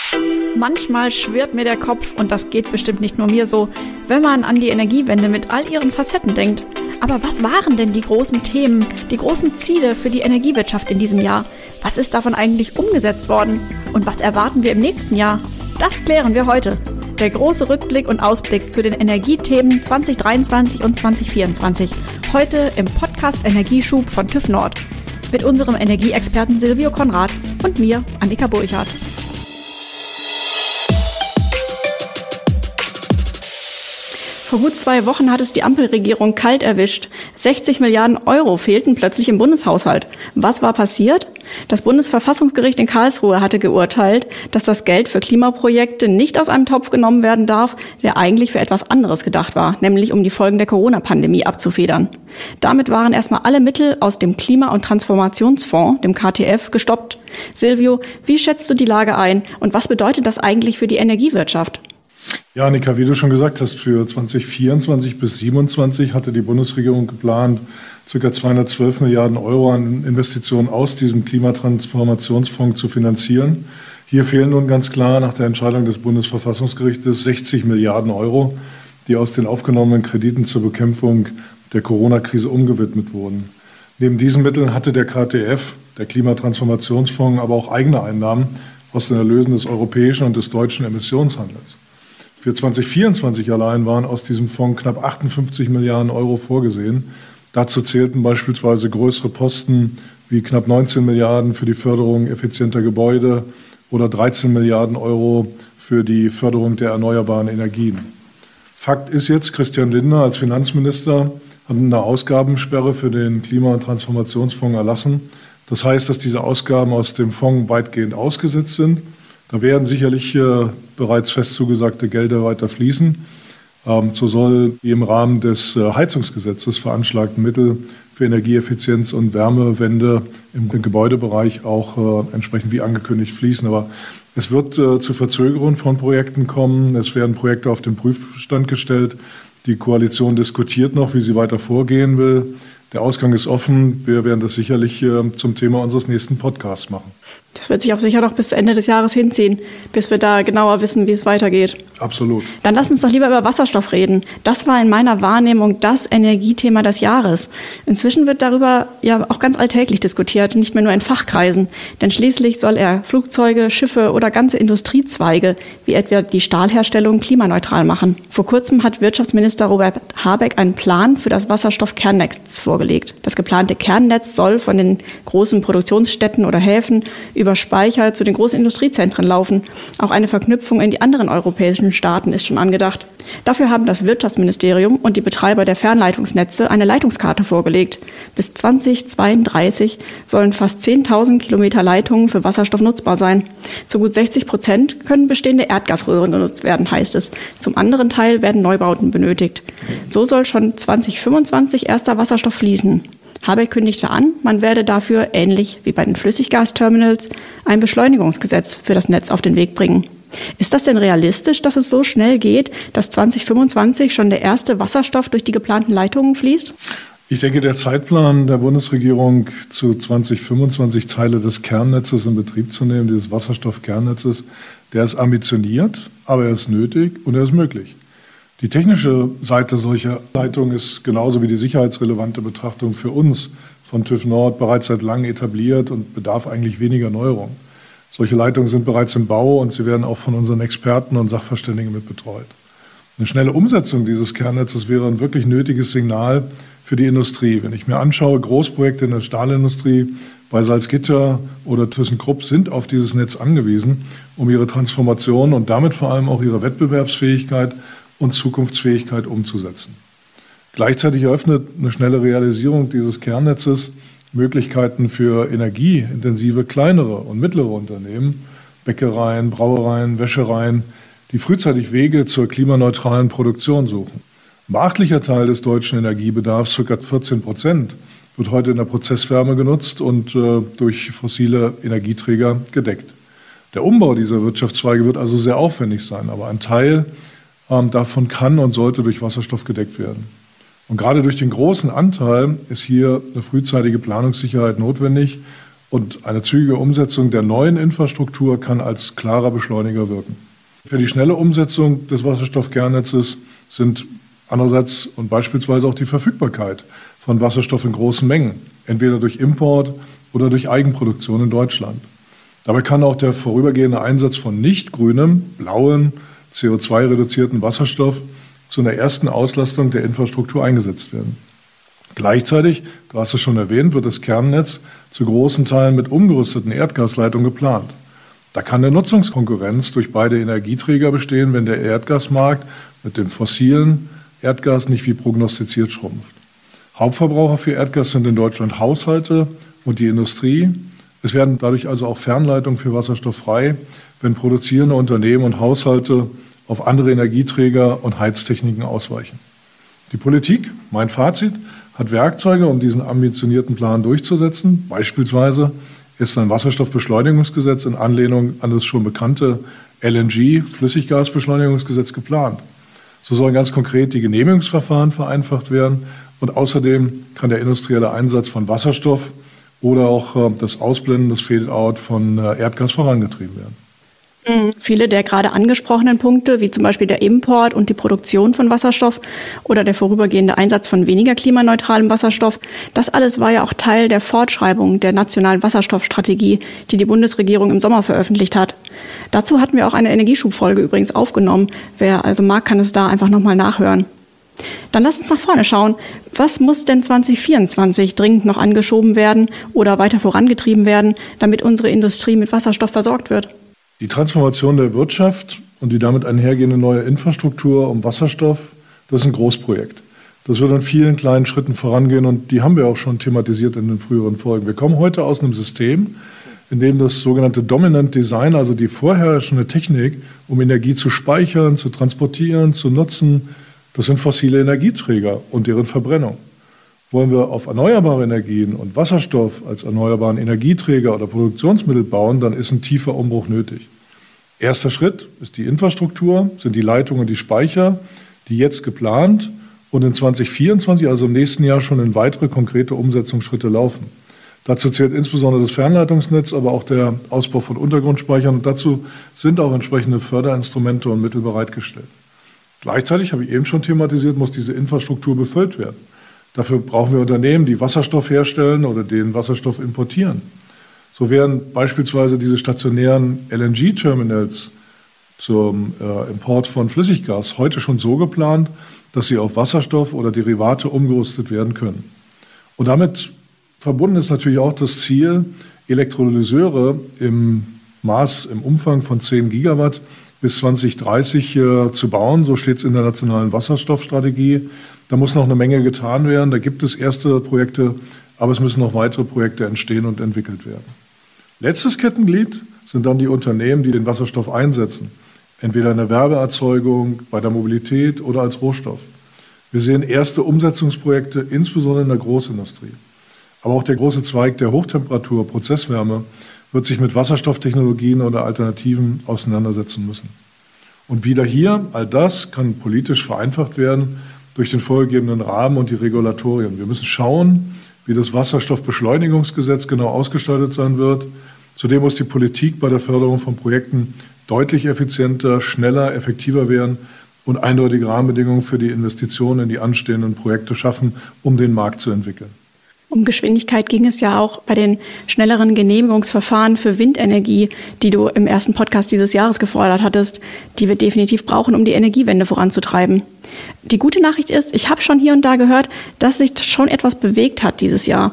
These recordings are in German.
Manchmal schwirrt mir der Kopf, und das geht bestimmt nicht nur mir so, wenn man an die Energiewende mit all ihren Facetten denkt. Aber was waren denn die großen Themen, die großen Ziele für die Energiewirtschaft in diesem Jahr? Was ist davon eigentlich umgesetzt worden? Und was erwarten wir im nächsten Jahr? Das klären wir heute. Der große Rückblick und Ausblick zu den Energiethemen 2023 und 2024. Heute im Podcast Energieschub von TÜV Nord. Mit unserem Energieexperten Silvio Konrad und mir, Annika Burchardt. Vor gut 2 Wochen hat es die Ampelregierung kalt erwischt. 60 Milliarden Euro fehlten plötzlich im Bundeshaushalt. Was war passiert? Das Bundesverfassungsgericht in Karlsruhe hatte geurteilt, dass das Geld für Klimaprojekte nicht aus einem Topf genommen werden darf, der eigentlich für etwas anderes gedacht war, nämlich um die Folgen der Corona-Pandemie abzufedern. Damit waren erstmal alle Mittel aus dem Klima- und Transformationsfonds, dem KTF, gestoppt. Silvio, wie schätzt du die Lage ein und was bedeutet das eigentlich für die Energiewirtschaft? Ja, Annika, wie du schon gesagt hast, für 2024 bis 2027 hatte die Bundesregierung geplant, ca. 212 Milliarden Euro an Investitionen aus diesem Klimatransformationsfonds zu finanzieren. Hier fehlen nun ganz klar nach der Entscheidung des Bundesverfassungsgerichtes 60 Milliarden Euro, die aus den aufgenommenen Krediten zur Bekämpfung der Corona-Krise umgewidmet wurden. Neben diesen Mitteln hatte der KTF, der Klimatransformationsfonds, aber auch eigene Einnahmen aus den Erlösen des europäischen und des deutschen Emissionshandels. Für 2024 allein waren aus diesem Fonds knapp 58 Milliarden Euro vorgesehen. Dazu zählten beispielsweise größere Posten wie knapp 19 Milliarden für die Förderung effizienter Gebäude oder 13 Milliarden Euro für die Förderung der erneuerbaren Energien. Fakt ist jetzt, Christian Lindner als Finanzminister hat eine Ausgabensperre für den Klima- und Transformationsfonds erlassen. Das heißt, dass diese Ausgaben aus dem Fonds weitgehend ausgesetzt sind. Da werden sicherlich bereits fest zugesagte Gelder weiter fließen. So soll die im Rahmen des Heizungsgesetzes veranschlagten Mittel für Energieeffizienz und Wärmewende im Gebäudebereich auch entsprechend wie angekündigt fließen. Aber es wird zu Verzögerungen von Projekten kommen. Es werden Projekte auf den Prüfstand gestellt. Die Koalition diskutiert noch, wie sie weiter vorgehen will. Der Ausgang ist offen. Wir werden das sicherlich zum Thema unseres nächsten Podcasts machen. Das wird sich auch sicher noch bis Ende des Jahres hinziehen, bis wir da genauer wissen, wie es weitergeht. Absolut. Dann lass uns doch lieber über Wasserstoff reden. Das war in meiner Wahrnehmung das Energiethema des Jahres. Inzwischen wird darüber ja auch ganz alltäglich diskutiert, nicht mehr nur in Fachkreisen. Denn schließlich soll er Flugzeuge, Schiffe oder ganze Industriezweige, wie etwa die Stahlherstellung, klimaneutral machen. Vor kurzem hat Wirtschaftsminister Robert Habeck einen Plan für das Wasserstoffkernnetz vorgelegt. Das geplante Kernnetz soll von den großen Produktionsstätten oder Häfen über Speicher zu den großen Industriezentren laufen. Auch eine Verknüpfung in die anderen europäischen Staaten ist schon angedacht. Dafür haben das Wirtschaftsministerium und die Betreiber der Fernleitungsnetze eine Leitungskarte vorgelegt. Bis 2032 sollen fast 10.000 Kilometer Leitungen für Wasserstoff nutzbar sein. Zu gut 60% können bestehende Erdgasröhren genutzt werden, heißt es. Zum anderen Teil werden Neubauten benötigt. So soll schon 2025 erster Wasserstoff fließen. Habeck kündigte an, man werde dafür, ähnlich wie bei den Flüssiggasterminals, ein Beschleunigungsgesetz für das Netz auf den Weg bringen. Ist das denn realistisch, dass es so schnell geht, dass 2025 schon der erste Wasserstoff durch die geplanten Leitungen fließt? Ich denke, der Zeitplan der Bundesregierung zu 2025 Teile des Kernnetzes in Betrieb zu nehmen, dieses Wasserstoffkernnetzes, der ist ambitioniert, aber er ist nötig und er ist möglich. Die technische Seite solcher Leitungen ist genauso wie die sicherheitsrelevante Betrachtung für uns von TÜV Nord bereits seit langem etabliert und bedarf eigentlich weniger Neuerung. Solche Leitungen sind bereits im Bau und sie werden auch von unseren Experten und Sachverständigen mit betreut. Eine schnelle Umsetzung dieses Kernnetzes wäre ein wirklich nötiges Signal für die Industrie. Wenn ich mir anschaue, Großprojekte in der Stahlindustrie bei Salzgitter oder ThyssenKrupp sind auf dieses Netz angewiesen, um ihre Transformation und damit vor allem auch ihre Wettbewerbsfähigkeit und Zukunftsfähigkeit umzusetzen. Gleichzeitig eröffnet eine schnelle Realisierung dieses Kernnetzes Möglichkeiten für energieintensive kleinere und mittlere Unternehmen, Bäckereien, Brauereien, Wäschereien, die frühzeitig Wege zur klimaneutralen Produktion suchen. Ein beachtlicher Teil des deutschen Energiebedarfs, ca. 14%, wird heute in der Prozesswärme genutzt und durch fossile Energieträger gedeckt. Der Umbau dieser Wirtschaftszweige wird also sehr aufwendig sein, aber ein Teil davon kann und sollte durch Wasserstoff gedeckt werden. Und gerade durch den großen Anteil ist hier eine frühzeitige Planungssicherheit notwendig Und eine zügige Umsetzung der neuen Infrastruktur kann als klarer Beschleuniger wirken. Für die schnelle Umsetzung des Wasserstoffkernnetzes sind andererseits und beispielsweise auch die Verfügbarkeit von Wasserstoff in großen Mengen, entweder durch Import oder durch Eigenproduktion in Deutschland. Dabei kann auch der vorübergehende Einsatz von nicht grünem, blauen, CO2-reduzierten Wasserstoff zu einer ersten Auslastung der Infrastruktur eingesetzt werden. Gleichzeitig, du hast es schon erwähnt, wird das Kernnetz zu großen Teilen mit umgerüsteten Erdgasleitungen geplant. Da kann eine Nutzungskonkurrenz durch beide Energieträger bestehen, wenn der Erdgasmarkt mit dem fossilen Erdgas nicht wie prognostiziert schrumpft. Hauptverbraucher für Erdgas sind in Deutschland Haushalte und die Industrie. Es werden dadurch also auch Fernleitungen für Wasserstoff frei, wenn produzierende Unternehmen und Haushalte auf andere Energieträger und Heiztechniken ausweichen. Die Politik, mein Fazit, hat Werkzeuge, um diesen ambitionierten Plan durchzusetzen. Beispielsweise ist ein Wasserstoffbeschleunigungsgesetz in Anlehnung an das schon bekannte LNG-Flüssiggasbeschleunigungsgesetz geplant. So sollen ganz konkret die Genehmigungsverfahren vereinfacht werden und außerdem kann der industrielle Einsatz von Wasserstoff oder auch das Ausblenden, das Fade-out von Erdgas vorangetrieben werden. Viele der gerade angesprochenen Punkte, wie zum Beispiel der Import und die Produktion von Wasserstoff oder der vorübergehende Einsatz von weniger klimaneutralem Wasserstoff, das alles war ja auch Teil der Fortschreibung der nationalen Wasserstoffstrategie, die die Bundesregierung im Sommer veröffentlicht hat. Dazu hatten wir auch eine Energieschubfolge übrigens aufgenommen. Wer also mag, kann es da einfach nochmal nachhören. Dann lasst uns nach vorne schauen. Was muss denn 2024 dringend noch angeschoben werden oder weiter vorangetrieben werden, damit unsere Industrie mit Wasserstoff versorgt wird? Die Transformation der Wirtschaft und die damit einhergehende neue Infrastruktur um Wasserstoff, das ist ein Großprojekt. Das wird in vielen kleinen Schritten vorangehen und die haben wir auch schon thematisiert in den früheren Folgen. Wir kommen heute aus einem System, in dem das sogenannte Dominant Design, also die vorherrschende Technik, um Energie zu speichern, zu transportieren, zu nutzen, das sind fossile Energieträger und deren Verbrennung. Wollen wir auf erneuerbare Energien und Wasserstoff als erneuerbaren Energieträger oder Produktionsmittel bauen, dann ist ein tiefer Umbruch nötig. Erster Schritt ist die Infrastruktur, sind die Leitungen und die Speicher, die jetzt geplant und in 2024, also im nächsten Jahr, schon in weitere konkrete Umsetzungsschritte laufen. Dazu zählt insbesondere das Fernleitungsnetz, aber auch der Ausbau von Untergrundspeichern und dazu sind auch entsprechende Förderinstrumente und Mittel bereitgestellt. Gleichzeitig, habe ich eben schon thematisiert, muss diese Infrastruktur befüllt werden. Dafür brauchen wir Unternehmen, die Wasserstoff herstellen oder den Wasserstoff importieren. So werden beispielsweise diese stationären LNG-Terminals zum Import von Flüssiggas heute schon so geplant, dass sie auf Wasserstoff oder Derivate umgerüstet werden können. Und damit verbunden ist natürlich auch das Ziel, Elektrolyseure im Umfang von 10 Gigawatt bis 2030 zu bauen. So steht es in der nationalen Wasserstoffstrategie. Da muss noch eine Menge getan werden. Da gibt es erste Projekte, aber es müssen noch weitere Projekte entstehen und entwickelt werden. Letztes Kettenglied sind dann die Unternehmen, die den Wasserstoff einsetzen. Entweder in der Werbeerzeugung, bei der Mobilität oder als Rohstoff. Wir sehen erste Umsetzungsprojekte, insbesondere in der Großindustrie. Aber auch der große Zweig der Hochtemperatur, Prozesswärme, wird sich mit Wasserstofftechnologien oder Alternativen auseinandersetzen müssen. Und wieder hier, all das kann politisch vereinfacht werden durch den vorgegebenen Rahmen und die Regulatorien. Wir müssen schauen, wie das Wasserstoffbeschleunigungsgesetz genau ausgestaltet sein wird. Zudem muss die Politik bei der Förderung von Projekten deutlich effizienter, schneller, effektiver werden und eindeutige Rahmenbedingungen für die Investitionen in die anstehenden Projekte schaffen, um den Markt zu entwickeln. Um Geschwindigkeit ging es ja auch bei den schnelleren Genehmigungsverfahren für Windenergie, die du im ersten Podcast dieses Jahres gefordert hattest, die wir definitiv brauchen, um die Energiewende voranzutreiben. Die gute Nachricht ist, ich habe schon hier und da gehört, dass sich schon etwas bewegt hat dieses Jahr.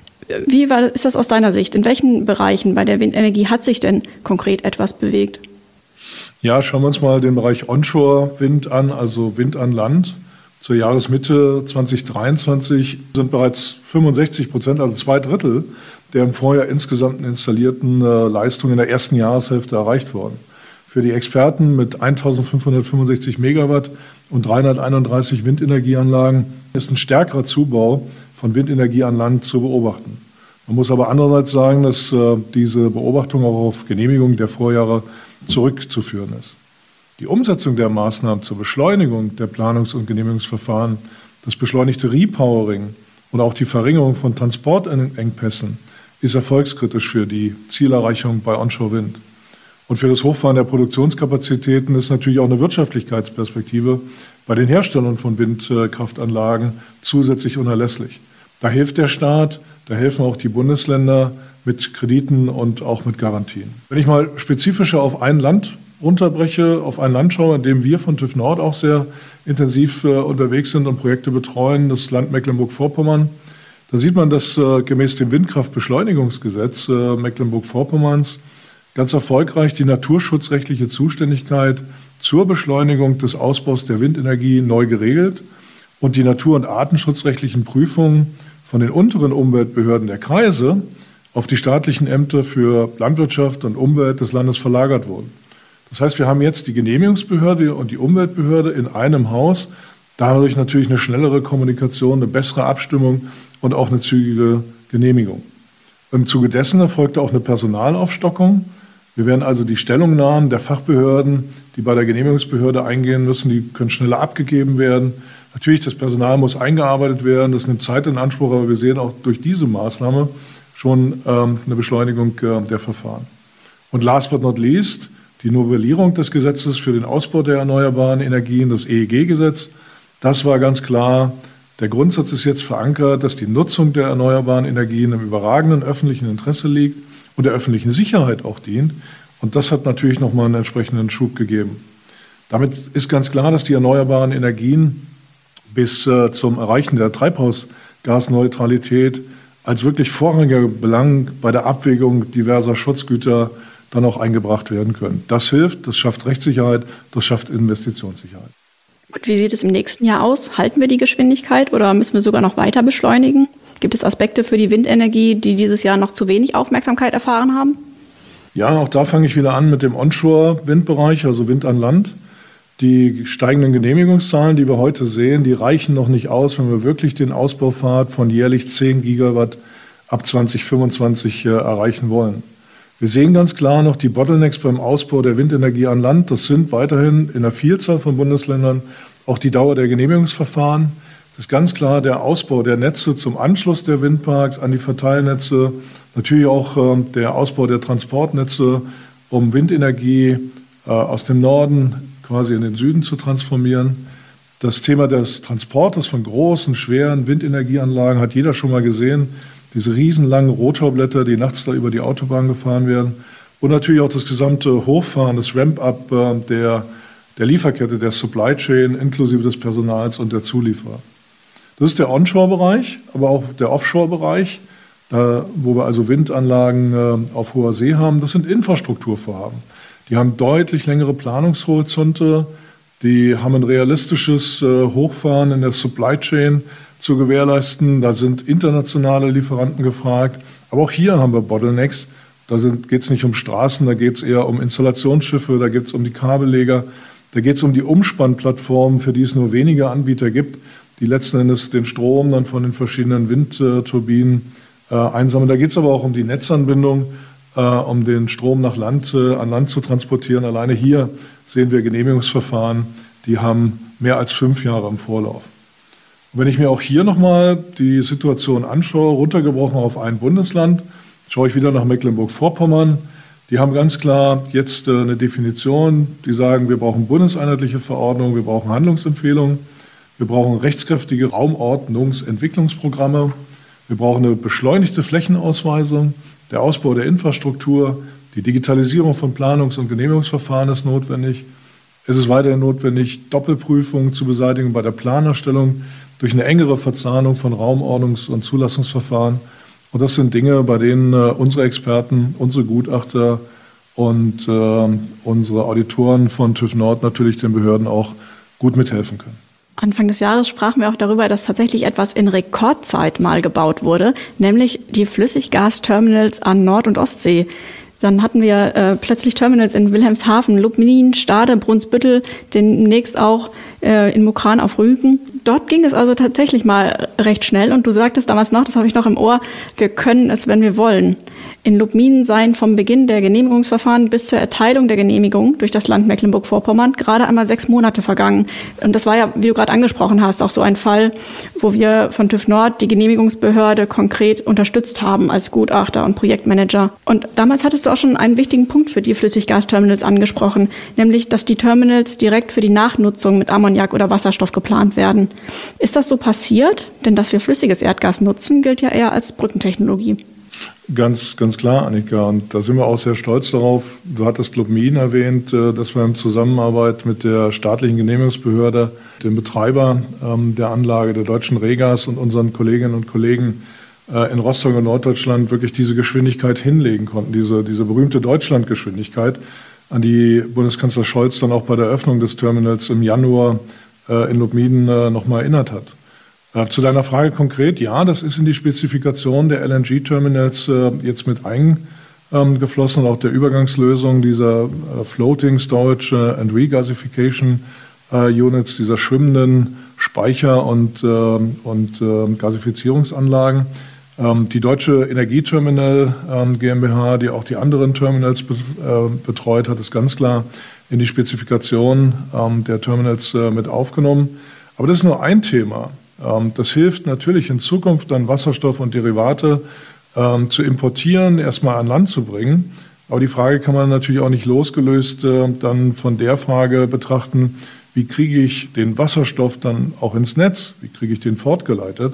Wie ist das aus deiner Sicht? In welchen Bereichen bei der Windenergie hat sich denn konkret etwas bewegt? Ja, schauen wir uns mal den Bereich Onshore-Wind an, also Wind an Land. Zur Jahresmitte 2023 sind bereits 65%, also 2/3 der im Vorjahr insgesamt installierten Leistungen in der ersten Jahreshälfte erreicht worden. Für die Experten mit 1565 Megawatt und 331 Windenergieanlagen ist ein stärkerer Zubau von Windenergie an Land zu beobachten. Man muss aber andererseits sagen, dass diese Beobachtung auch auf Genehmigung der Vorjahre zurückzuführen ist. Die Umsetzung der Maßnahmen zur Beschleunigung der Planungs- und Genehmigungsverfahren, das beschleunigte Repowering und auch die Verringerung von Transportengpässen ist erfolgskritisch für die Zielerreichung bei Onshore-Wind. Und für das Hochfahren der Produktionskapazitäten ist natürlich auch eine Wirtschaftlichkeitsperspektive bei den Herstellern von Windkraftanlagen zusätzlich unerlässlich. Da hilft der Staat, da helfen auch die Bundesländer mit Krediten und auch mit Garantien. Wenn ich mal spezifischer auf ein Land runterbreche, auf ein Land schaue, in dem wir von TÜV Nord auch sehr intensiv unterwegs sind und Projekte betreuen, das Land Mecklenburg-Vorpommern, da sieht man, dass gemäß dem Windkraftbeschleunigungsgesetz Mecklenburg-Vorpommerns ganz erfolgreich die naturschutzrechtliche Zuständigkeit zur Beschleunigung des Ausbaus der Windenergie neu geregelt und die natur- und artenschutzrechtlichen Prüfungen von den unteren Umweltbehörden der Kreise auf die staatlichen Ämter für Landwirtschaft und Umwelt des Landes verlagert wurden. Das heißt, wir haben jetzt die Genehmigungsbehörde und die Umweltbehörde in einem Haus, dadurch natürlich eine schnellere Kommunikation, eine bessere Abstimmung und auch eine zügige Genehmigung. Im Zuge dessen erfolgte auch eine Personalaufstockung. Wir werden also die Stellungnahmen der Fachbehörden, die bei der Genehmigungsbehörde eingehen müssen, die können schneller abgegeben werden. Natürlich, das Personal muss eingearbeitet werden, das nimmt Zeit in Anspruch, aber wir sehen auch durch diese Maßnahme schon eine Beschleunigung der Verfahren. Und last but not least, die Novellierung des Gesetzes für den Ausbau der erneuerbaren Energien, das EEG-Gesetz, das war ganz klar. Der Grundsatz ist jetzt verankert, dass die Nutzung der erneuerbaren Energien im überragenden öffentlichen Interesse liegt und der öffentlichen Sicherheit auch dient. Und das hat natürlich nochmal einen entsprechenden Schub gegeben. Damit ist ganz klar, dass die erneuerbaren Energien bis zum Erreichen der Treibhausgasneutralität als wirklich vorrangiger Belang bei der Abwägung diverser Schutzgüter dann auch eingebracht werden können. Das hilft, das schafft Rechtssicherheit, das schafft Investitionssicherheit. Und wie sieht es im nächsten Jahr aus? Halten wir die Geschwindigkeit oder müssen wir sogar noch weiter beschleunigen? Gibt es Aspekte für die Windenergie, die dieses Jahr noch zu wenig Aufmerksamkeit erfahren haben? Ja, auch da fange ich wieder an mit dem Onshore-Windbereich, also Wind an Land. Die steigenden Genehmigungszahlen, die wir heute sehen, die reichen noch nicht aus, wenn wir wirklich den Ausbaupfad von jährlich 10 Gigawatt ab 2025 erreichen wollen. Wir sehen ganz klar noch die Bottlenecks beim Ausbau der Windenergie an Land. Das sind weiterhin in einer Vielzahl von Bundesländern auch die Dauer der Genehmigungsverfahren. Das ist ganz klar der Ausbau der Netze zum Anschluss der Windparks an die Verteilnetze, natürlich auch der Ausbau der Transportnetze, um Windenergie aus dem Norden quasi in den Süden zu transformieren. Das Thema des Transportes von großen, schweren Windenergieanlagen hat jeder schon mal gesehen. Diese riesenlangen Rotorblätter, die nachts da über die Autobahn gefahren werden. Und natürlich auch das gesamte Hochfahren, das Ramp-up der Lieferkette, der Supply Chain, inklusive des Personals und der Zulieferer. Das ist der Onshore-Bereich, aber auch der Offshore-Bereich, wo wir also Windanlagen auf hoher See haben. Das sind Infrastrukturvorhaben. Die haben deutlich längere Planungshorizonte. Die haben ein realistisches Hochfahren in der Supply Chain zu gewährleisten. Da sind internationale Lieferanten gefragt. Aber auch hier haben wir Bottlenecks. Da geht es nicht um Straßen, da geht es eher um Installationsschiffe, da geht es um die Kabelleger, da geht es um die Umspannplattformen, für die es nur wenige Anbieter gibt, die letzten Endes den Strom dann von den verschiedenen Windturbinen einsammeln. Da geht es aber auch um die Netzanbindung, um den Strom an Land zu transportieren. Alleine hier sehen wir Genehmigungsverfahren, die haben mehr als 5 Jahre im Vorlauf. Und wenn ich mir auch hier nochmal die Situation anschaue, runtergebrochen auf ein Bundesland, schaue ich wieder nach Mecklenburg-Vorpommern. Die haben ganz klar jetzt eine Definition, die sagen, wir brauchen bundeseinheitliche Verordnungen, wir brauchen Handlungsempfehlungen, wir brauchen rechtskräftige Raumordnungsentwicklungsprogramme, wir brauchen eine beschleunigte Flächenausweisung, der Ausbau der Infrastruktur, die Digitalisierung von Planungs- und Genehmigungsverfahren ist notwendig. Es ist weiterhin notwendig, Doppelprüfungen zu beseitigen bei der Planerstellung durch eine engere Verzahnung von Raumordnungs- und Zulassungsverfahren. Und das sind Dinge, bei denen unsere Experten, unsere Gutachter und unsere Auditoren von TÜV Nord natürlich den Behörden auch gut mithelfen können. Anfang des Jahres sprachen wir auch darüber, dass tatsächlich etwas in Rekordzeit mal gebaut wurde, nämlich die Flüssiggasterminals an Nord- und Ostsee. Dann hatten wir plötzlich Terminals in Wilhelmshaven, Lubmin, Stade, Brunsbüttel, demnächst auch in Mukran auf Rügen. Dort ging es also tatsächlich mal recht schnell und du sagtest damals noch, das habe ich noch im Ohr, wir können es, wenn wir wollen. In Lubmin seien vom Beginn der Genehmigungsverfahren bis zur Erteilung der Genehmigung durch das Land Mecklenburg-Vorpommern gerade einmal 6 Monate vergangen. Und das war ja, wie du gerade angesprochen hast, auch so ein Fall, wo wir von TÜV Nord die Genehmigungsbehörde konkret unterstützt haben als Gutachter und Projektmanager. Und damals hattest du auch schon einen wichtigen Punkt für die Flüssiggasterminals angesprochen, nämlich, dass die Terminals direkt für die Nachnutzung mit Ammoniak oder Wasserstoff geplant werden. Ist das so passiert? Denn dass wir flüssiges Erdgas nutzen, gilt ja eher als Brückentechnologie. Ganz klar, Annika. Und da sind wir auch sehr stolz darauf. Du hattest Lubmin erwähnt, dass wir in Zusammenarbeit mit der staatlichen Genehmigungsbehörde, dem Betreiber der Anlage, der Deutschen Regas und unseren Kolleginnen und Kollegen in Rostock und Norddeutschland wirklich diese Geschwindigkeit hinlegen konnten, diese berühmte Deutschlandgeschwindigkeit, an die Bundeskanzler Scholz dann auch bei der Eröffnung des Terminals im Januar in Lubmin nochmal erinnert hat. Zu deiner Frage konkret, ja, das ist in die Spezifikation der LNG-Terminals jetzt mit eingeflossen, auch der Übergangslösung dieser Floating Storage and Regasification Units, dieser schwimmenden Speicher- und Gasifizierungsanlagen. Die Deutsche Energieterminal GmbH, die auch die anderen Terminals betreut, hat es ganz klar in die Spezifikation der Terminals mit aufgenommen. Aber das ist nur ein Thema. Das hilft natürlich in Zukunft dann Wasserstoff und Derivate zu importieren, erstmal an Land zu bringen. Aber die Frage kann man natürlich auch nicht losgelöst dann von der Frage betrachten, wie kriege ich den Wasserstoff dann auch ins Netz? Wie kriege ich den fortgeleitet?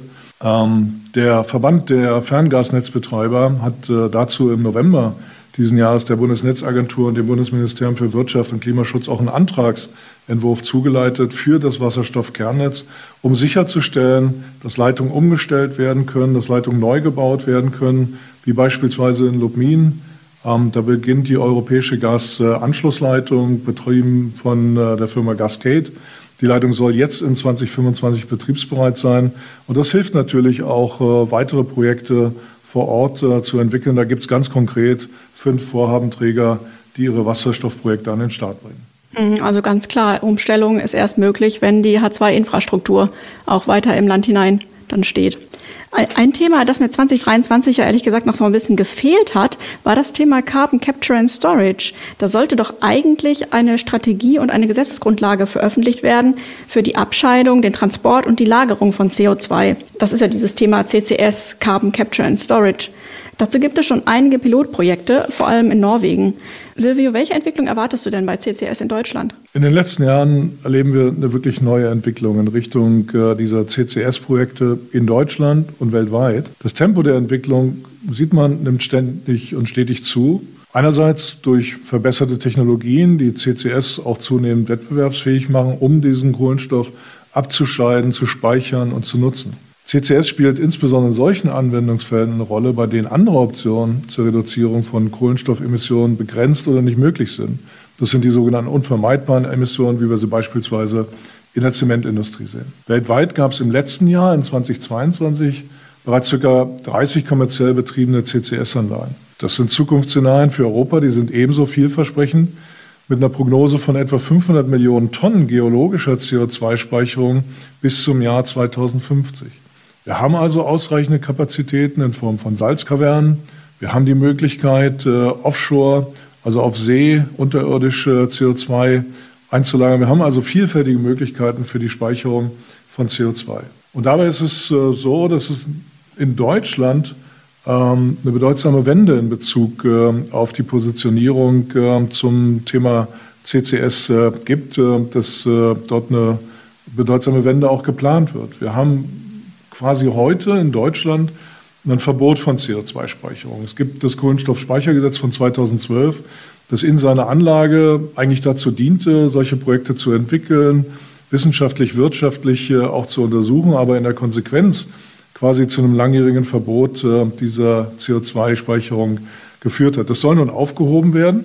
Der Verband der Ferngasnetzbetreiber hat dazu im November diesen Jahres der Bundesnetzagentur und dem Bundesministerium für Wirtschaft und Klimaschutz auch einen Antragsentwurf zugeleitet für das Wasserstoffkernnetz, um sicherzustellen, dass Leitungen umgestellt werden können, dass Leitungen neu gebaut werden können, wie beispielsweise in Lubmin. Da beginnt die europäische Gasanschlussleitung, betrieben von der Firma Gascade. Die Leitung soll jetzt in 2025 betriebsbereit sein. Und das hilft natürlich auch, weitere Projekte vor Ort zu entwickeln. Da gibt es ganz konkret 5 Vorhabenträger, die ihre Wasserstoffprojekte an den Start bringen. Also ganz klar, Umstellung ist erst möglich, wenn die H2-Infrastruktur auch weiter im Land hinein dann steht. Ein Thema, das mir 2023 ja ehrlich gesagt noch so ein bisschen gefehlt hat, war das Thema Carbon Capture and Storage. Da sollte doch eigentlich eine Strategie und eine Gesetzesgrundlage veröffentlicht werden für die Abscheidung, den Transport und die Lagerung von CO2. Das ist ja dieses Thema CCS, Carbon Capture and Storage. Dazu gibt es schon einige Pilotprojekte, vor allem in Norwegen. Silvio, welche Entwicklung erwartest du denn bei CCS in Deutschland? In den letzten Jahren erleben wir eine wirklich neue Entwicklung in Richtung dieser CCS-Projekte in Deutschland und weltweit. Das Tempo der Entwicklung, sieht man, nimmt ständig und stetig zu. Einerseits durch verbesserte Technologien, die CCS auch zunehmend wettbewerbsfähig machen, um diesen Kohlenstoff abzuscheiden, zu speichern und zu nutzen. CCS spielt insbesondere in solchen Anwendungsfällen eine Rolle, bei denen andere Optionen zur Reduzierung von Kohlenstoffemissionen begrenzt oder nicht möglich sind. Das sind die sogenannten unvermeidbaren Emissionen, wie wir sie beispielsweise in der Zementindustrie sehen. Weltweit gab es im letzten Jahr, in 2022, bereits ca. 30 kommerziell betriebene CCS-Anlagen. Das sind Zukunftsszenarien für Europa, die sind ebenso vielversprechend, mit einer Prognose von etwa 500 Millionen Tonnen geologischer CO2-Speicherung bis zum Jahr 2050. Wir haben also ausreichende Kapazitäten in Form von Salzkavernen. Wir haben die Möglichkeit, offshore, also auf See, unterirdisch CO2 einzulagern. Wir haben also vielfältige Möglichkeiten für die Speicherung von CO2. Und dabei ist es so, dass es in Deutschland eine bedeutsame Wende in Bezug auf die Positionierung zum Thema CCS gibt, dass dort eine bedeutsame Wende auch geplant wird. Wir haben quasi heute in Deutschland ein Verbot von CO2-Speicherung. Es gibt das Kohlenstoffspeichergesetz von 2012, das in seiner Anlage eigentlich dazu diente, solche Projekte zu entwickeln, wissenschaftlich, wirtschaftlich auch zu untersuchen, aber in der Konsequenz quasi zu einem langjährigen Verbot dieser CO2-Speicherung geführt hat. Das soll nun aufgehoben werden.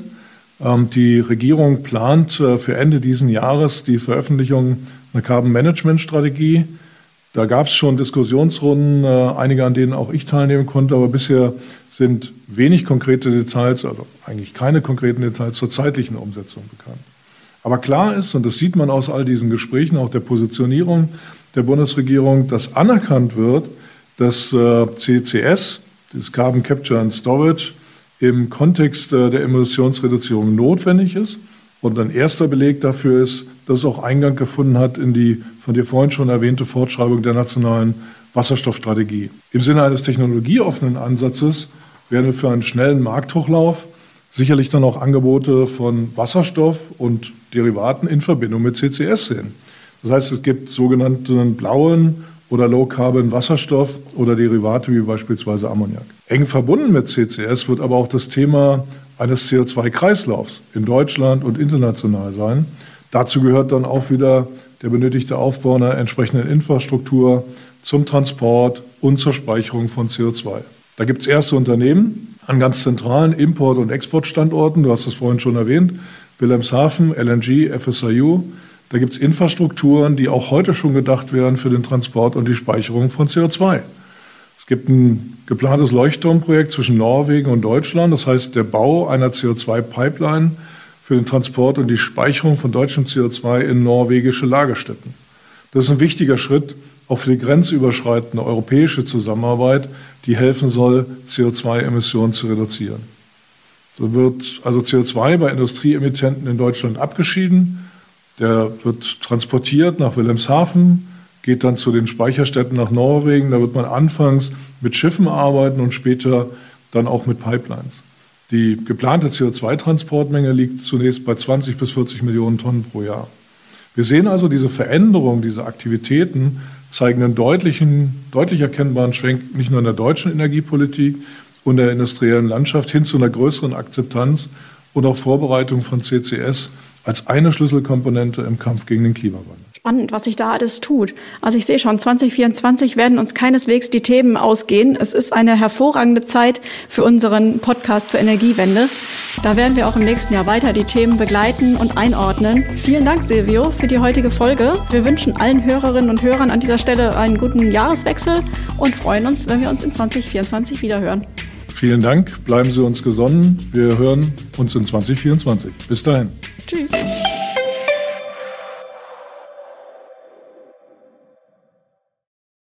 Die Regierung plant für Ende dieses Jahres die Veröffentlichung einer Carbon-Management-Strategie. Da gab es schon Diskussionsrunden, einige, an denen auch ich teilnehmen konnte, aber bisher sind wenig konkrete Details, also eigentlich keine konkreten Details zur zeitlichen Umsetzung bekannt. Aber klar ist, und das sieht man aus all diesen Gesprächen, auch der Positionierung der Bundesregierung, dass anerkannt wird, dass CCS, das Carbon Capture and Storage, im Kontext der Emissionsreduzierung notwendig ist. Und ein erster Beleg dafür ist, dass es auch Eingang gefunden hat in die von dir vorhin schon erwähnte Fortschreibung der nationalen Wasserstoffstrategie. Im Sinne eines technologieoffenen Ansatzes werden wir für einen schnellen Markthochlauf sicherlich dann auch Angebote von Wasserstoff und Derivaten in Verbindung mit CCS sehen. Das heißt, es gibt sogenannten blauen oder Low-Carbon-Wasserstoff oder Derivate wie beispielsweise Ammoniak. Eng verbunden mit CCS wird aber auch das Thema eines CO2-Kreislaufs in Deutschland und international sein. Dazu gehört dann auch wieder der benötigte Aufbau einer entsprechenden Infrastruktur zum Transport und zur Speicherung von CO2. Da gibt es erste Unternehmen an ganz zentralen Import- und Exportstandorten. Du hast es vorhin schon erwähnt, Wilhelmshaven, LNG, FSRU. Da gibt es Infrastrukturen, die auch heute schon gedacht werden für den Transport und die Speicherung von CO2. Es gibt ein geplantes Leuchtturmprojekt zwischen Norwegen und Deutschland. Das heißt, der Bau einer CO2-Pipeline für den Transport und die Speicherung von deutschem CO2 in norwegische Lagerstätten. Das ist ein wichtiger Schritt auch für die grenzüberschreitende europäische Zusammenarbeit, die helfen soll, CO2-Emissionen zu reduzieren. So wird also CO2 bei Industrieemittenten in Deutschland abgeschieden. Der wird transportiert nach Wilhelmshaven, geht dann zu den Speicherstätten nach Norwegen. Da wird man anfangs mit Schiffen arbeiten und später dann auch mit Pipelines. Die geplante CO2-Transportmenge liegt zunächst bei 20 bis 40 Millionen Tonnen pro Jahr. Wir sehen also, diese Veränderung, diese Aktivitäten zeigen einen deutlich erkennbaren Schwenk nicht nur in der deutschen Energiepolitik und der industriellen Landschaft hin zu einer größeren Akzeptanz und auch Vorbereitung von CCS als eine Schlüsselkomponente im Kampf gegen den Klimawandel. Spannend, was sich da alles tut. Also ich sehe schon, 2024 werden uns keineswegs die Themen ausgehen. Es ist eine hervorragende Zeit für unseren Podcast zur Energiewende. Da werden wir auch im nächsten Jahr weiter die Themen begleiten und einordnen. Vielen Dank, Silvio, für die heutige Folge. Wir wünschen allen Hörerinnen und Hörern an dieser Stelle einen guten Jahreswechsel und freuen uns, wenn wir uns in 2024 wiederhören. Vielen Dank, bleiben Sie uns gesonnen. Wir hören uns in 2024. Bis dahin. Tschüss.